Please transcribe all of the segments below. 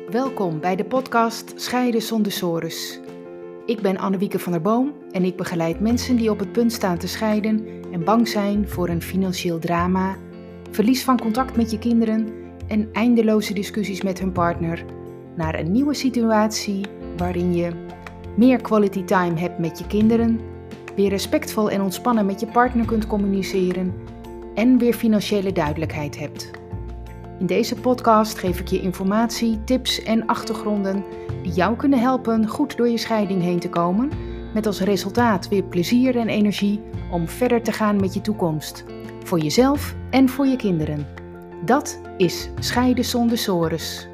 Welkom bij de podcast Scheiden zonder sores. Ik ben Annewieke van der Boom en ik begeleid mensen die op het punt staan te scheiden en bang zijn voor een financieel drama, verlies van contact met je kinderen en eindeloze discussies met hun partner naar een nieuwe situatie waarin je meer quality time hebt met je kinderen, weer respectvol en ontspannen met je partner kunt communiceren en weer financiële duidelijkheid hebt. In deze podcast geef ik je informatie, tips en achtergronden die jou kunnen helpen goed door je scheiding heen te komen, met als resultaat weer plezier en energie om verder te gaan met je toekomst. Voor jezelf en voor je kinderen. Dat is Scheiden zonder sores.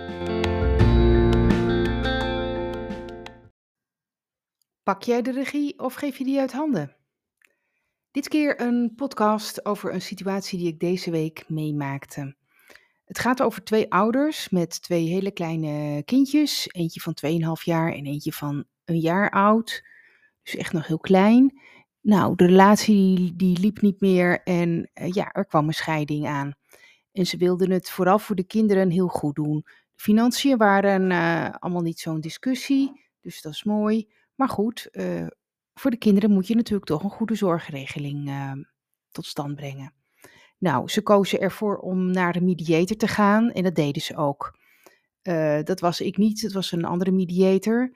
Pak jij de regie of geef je die uit handen? Dit keer een podcast over een situatie die ik deze week meemaakte. Het gaat over 2 ouders met 2 hele kleine kindjes. Eentje van 2,5 jaar en eentje van 1 jaar oud. Dus echt nog heel klein. Nou, de relatie die liep niet meer en er kwam een scheiding aan. En ze wilden het vooral voor de kinderen heel goed doen. De financiën waren allemaal niet zo'n discussie, dus dat is mooi. Maar goed, voor de kinderen moet je natuurlijk toch een goede zorgregeling tot stand brengen. Nou, ze kozen ervoor om naar een mediator te gaan en dat deden ze ook. Dat was ik niet, het was een andere mediator.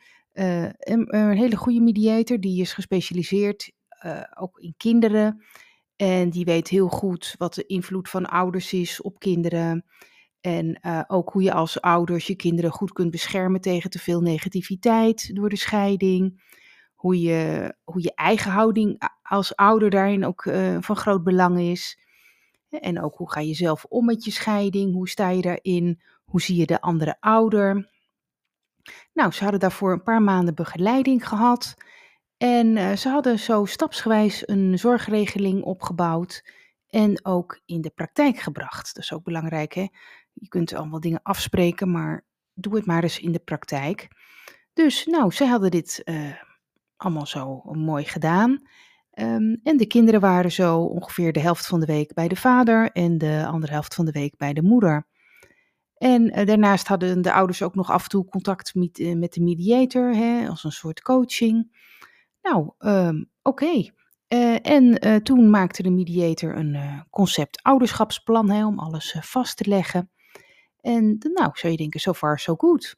Een hele goede mediator, die is gespecialiseerd ook in kinderen. En die weet heel goed wat de invloed van ouders is op kinderen. En ook hoe je als ouders je kinderen goed kunt beschermen tegen te veel negativiteit door de scheiding. Hoe je eigen houding als ouder daarin ook van groot belang is. En ook hoe ga je zelf om met je scheiding? Hoe sta je daarin? Hoe zie je de andere ouder? Nou, ze hadden daarvoor een paar maanden begeleiding gehad. En ze hadden zo stapsgewijs een zorgregeling opgebouwd en ook in de praktijk gebracht. Dat is ook belangrijk, hè? Je kunt allemaal dingen afspreken, maar doe het maar eens in de praktijk. Dus nou, ze hadden dit allemaal zo mooi gedaan. En de kinderen waren zo ongeveer de helft van de week bij de vader en de andere helft van de week bij de moeder. En daarnaast hadden de ouders ook nog af en toe contact met de mediator, hè, als een soort coaching. Nou, oké. Toen maakte de mediator een concept ouderschapsplan, hè, om alles vast te leggen. En nou, zou je denken, so far so good.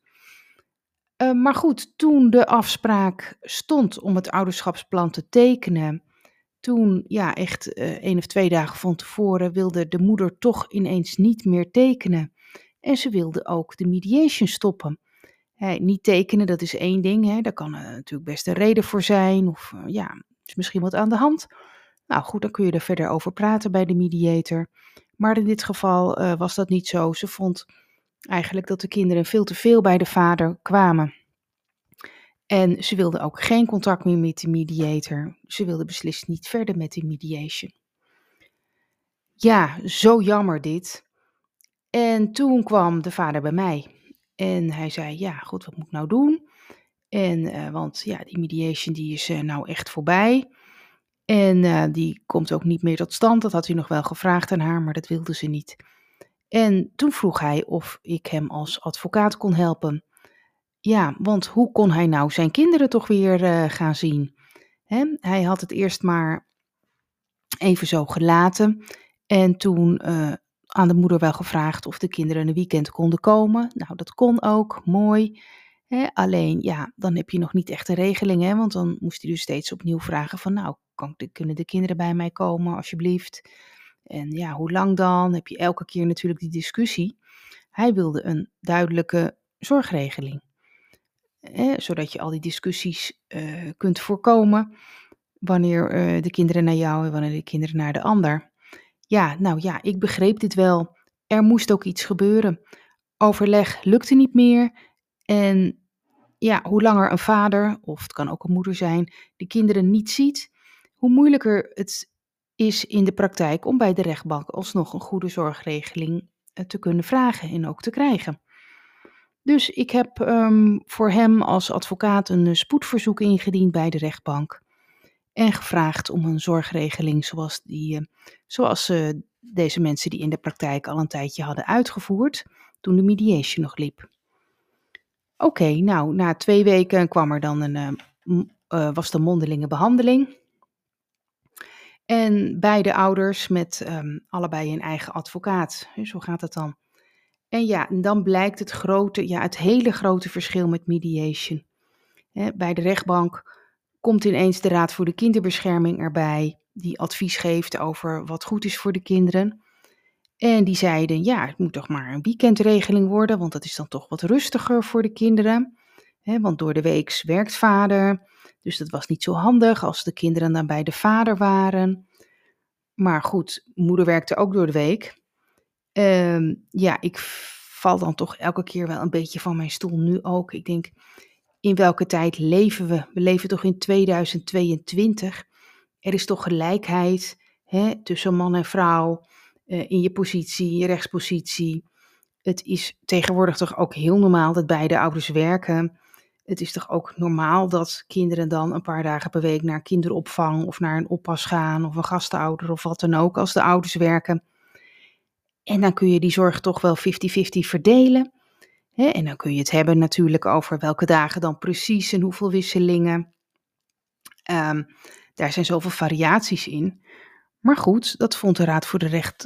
Maar goed, toen de afspraak stond om het ouderschapsplan te tekenen, toen, ja, echt 1 of 2 dagen van tevoren wilde de moeder toch ineens niet meer tekenen. En ze wilde ook de mediation stoppen. Niet tekenen, dat is één ding, hè. Daar kan natuurlijk best een reden voor zijn of is misschien wat aan de hand. Nou goed, dan kun je er verder over praten bij de mediator. Maar in dit geval was dat niet zo. Ze vond eigenlijk dat de kinderen veel te veel bij de vader kwamen. En ze wilde ook geen contact meer met de mediator. Ze wilde beslist niet verder met die mediation. Ja, zo jammer dit. En toen kwam de vader bij mij. En hij zei, ja goed, wat moet ik nou doen? En want ja, die mediation die is nou echt voorbij. En die komt ook niet meer tot stand. Dat had hij nog wel gevraagd aan haar, maar dat wilde ze niet. En toen vroeg hij of ik hem als advocaat kon helpen. Ja, want hoe kon hij nou zijn kinderen toch weer gaan zien? Hè? Hij had het eerst maar even zo gelaten. En toen aan de moeder wel gevraagd of de kinderen een weekend konden komen. Nou, dat kon ook, mooi. Hè? Alleen, ja, dan heb je nog niet echt een regeling, hè? Want dan moest hij dus steeds opnieuw vragen van, nou, kunnen de kinderen bij mij komen, alsjeblieft? En ja, hoe lang dan? Heb je elke keer natuurlijk die discussie. Hij wilde een duidelijke zorgregeling. Zodat je al die discussies kunt voorkomen wanneer de kinderen naar jou en wanneer de kinderen naar de ander. Ja, nou ja, ik begreep dit wel. Er moest ook iets gebeuren. Overleg lukte niet meer. En ja, hoe langer een vader, of het kan ook een moeder zijn, de kinderen niet ziet, hoe moeilijker het is in de praktijk om bij de rechtbank alsnog een goede zorgregeling te kunnen vragen en ook te krijgen. Dus ik heb voor hem als advocaat een spoedverzoek ingediend bij de rechtbank. En gevraagd om een zorgregeling zoals deze mensen die in de praktijk al een tijdje hadden uitgevoerd toen de mediation nog liep. Oké, nou, na 2 weken kwam er dan was de mondelinge behandeling. En beide ouders met allebei een eigen advocaat. Zo gaat het dan. En ja, en dan blijkt het hele grote verschil met mediation. Bij de rechtbank komt ineens de Raad voor de Kinderbescherming erbij, die advies geeft over wat goed is voor de kinderen. En die zeiden, ja, het moet toch maar een weekendregeling worden, want dat is dan toch wat rustiger voor de kinderen. Want door de week werkt vader, dus dat was niet zo handig als de kinderen dan bij de vader waren. Maar goed, moeder werkte ook door de week. Ik val dan toch elke keer wel een beetje van mijn stoel, nu ook. Ik denk, in welke tijd leven we? We leven toch in 2022. Er is toch gelijkheid tussen man en vrouw, in je positie, je rechtspositie. Het is tegenwoordig toch ook heel normaal dat beide ouders werken. Het is toch ook normaal dat kinderen dan een paar dagen per week naar kinderopvang of naar een oppas gaan of een gastouder of wat dan ook als de ouders werken. En dan kun je die zorg toch wel 50-50 verdelen. En dan kun je het hebben natuurlijk over welke dagen dan precies en hoeveel wisselingen. Daar zijn zoveel variaties in. Maar goed, dat vond de Raad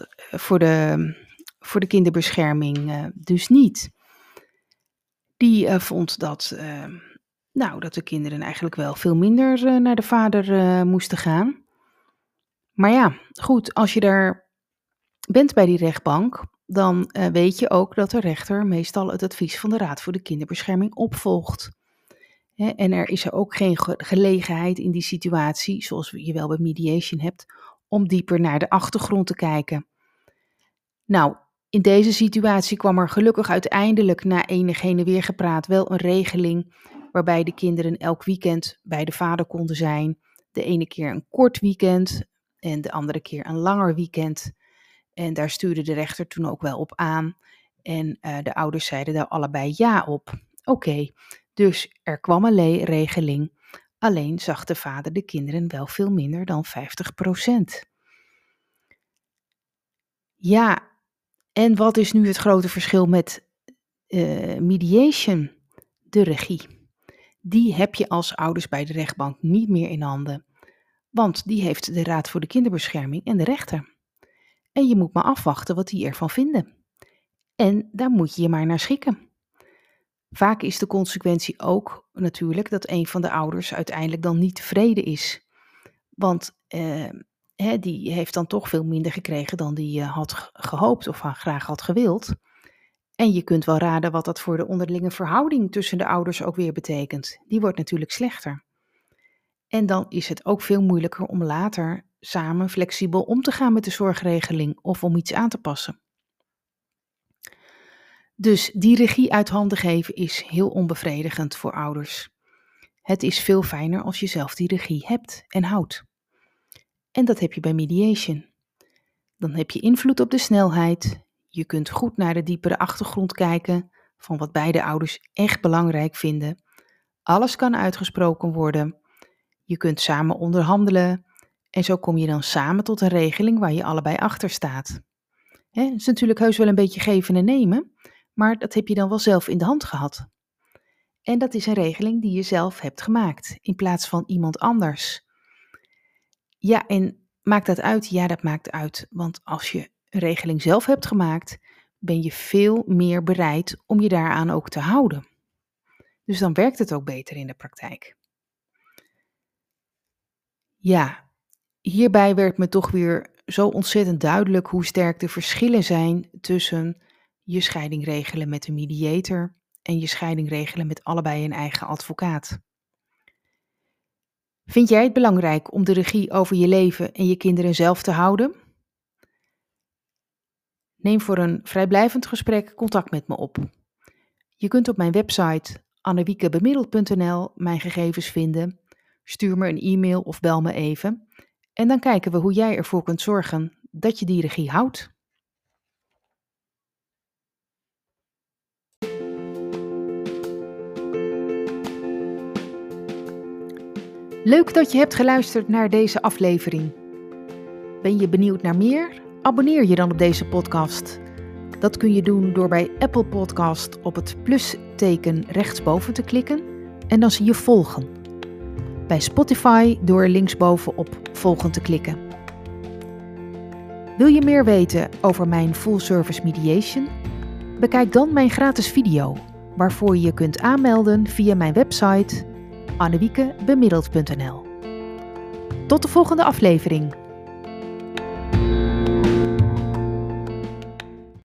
voor de Kinderbescherming dus niet. Die vond dat de kinderen eigenlijk wel veel minder naar de vader moesten gaan. Maar ja, goed, als je daar bent bij die rechtbank, dan weet je ook dat de rechter meestal het advies van de Raad voor de Kinderbescherming opvolgt. En er is er ook geen gelegenheid in die situatie, zoals je wel bij mediation hebt, om dieper naar de achtergrond te kijken. Nou, in deze situatie kwam er gelukkig uiteindelijk na enig heen en weer gepraat wel een regeling waarbij de kinderen elk weekend bij de vader konden zijn. De ene keer een kort weekend en de andere keer een langer weekend. En daar stuurde de rechter toen ook wel op aan. En de ouders zeiden daar allebei ja op. Oké, dus er kwam een regeling. Alleen zag de vader de kinderen wel veel minder dan 50%. Ja, en wat is nu het grote verschil met mediation? De regie. Die heb je als ouders bij de rechtbank niet meer in handen. Want die heeft de Raad voor de Kinderbescherming en de rechter. En je moet maar afwachten wat die ervan vinden. En daar moet je je maar naar schikken. Vaak is de consequentie ook natuurlijk dat een van de ouders uiteindelijk dan niet tevreden is. Want die heeft dan toch veel minder gekregen dan die had gehoopt of graag had gewild. En je kunt wel raden wat dat voor de onderlinge verhouding tussen de ouders ook weer betekent. Die wordt natuurlijk slechter. En dan is het ook veel moeilijker om later samen flexibel om te gaan met de zorgregeling of om iets aan te passen. Dus die regie uit handen geven is heel onbevredigend voor ouders. Het is veel fijner als je zelf die regie hebt en houdt. En dat heb je bij mediation. Dan heb je invloed op de snelheid. Je kunt goed naar de diepere achtergrond kijken van wat beide ouders echt belangrijk vinden. Alles kan uitgesproken worden. Je kunt samen onderhandelen en zo kom je dan samen tot een regeling waar je allebei achter staat. Het is natuurlijk heus wel een beetje geven en nemen, maar dat heb je dan wel zelf in de hand gehad. En dat is een regeling die je zelf hebt gemaakt, in plaats van iemand anders. Ja, en maakt dat uit? Ja, dat maakt uit. Want als je een regeling zelf hebt gemaakt, ben je veel meer bereid om je daaraan ook te houden. Dus dan werkt het ook beter in de praktijk. Ja, hierbij werd me toch weer zo ontzettend duidelijk hoe sterk de verschillen zijn tussen je scheiding regelen met een mediator en je scheiding regelen met allebei een eigen advocaat. Vind jij het belangrijk om de regie over je leven en je kinderen zelf te houden? Neem voor een vrijblijvend gesprek contact met me op. Je kunt op mijn website annewiekebemiddeld.nl mijn gegevens vinden. Stuur me een e-mail of bel me even. En dan kijken we hoe jij ervoor kunt zorgen dat je die regie houdt. Leuk dat je hebt geluisterd naar deze aflevering. Ben je benieuwd naar meer? Abonneer je dan op deze podcast. Dat kun je doen door bij Apple Podcast op het plusteken rechtsboven te klikken en dan zie je volgen. Bij Spotify door linksboven op volgen te klikken. Wil je meer weten over mijn Full Service Mediation? Bekijk dan mijn gratis video, waarvoor je je kunt aanmelden via mijn website annewiekebemiddeld.nl. Tot de volgende aflevering.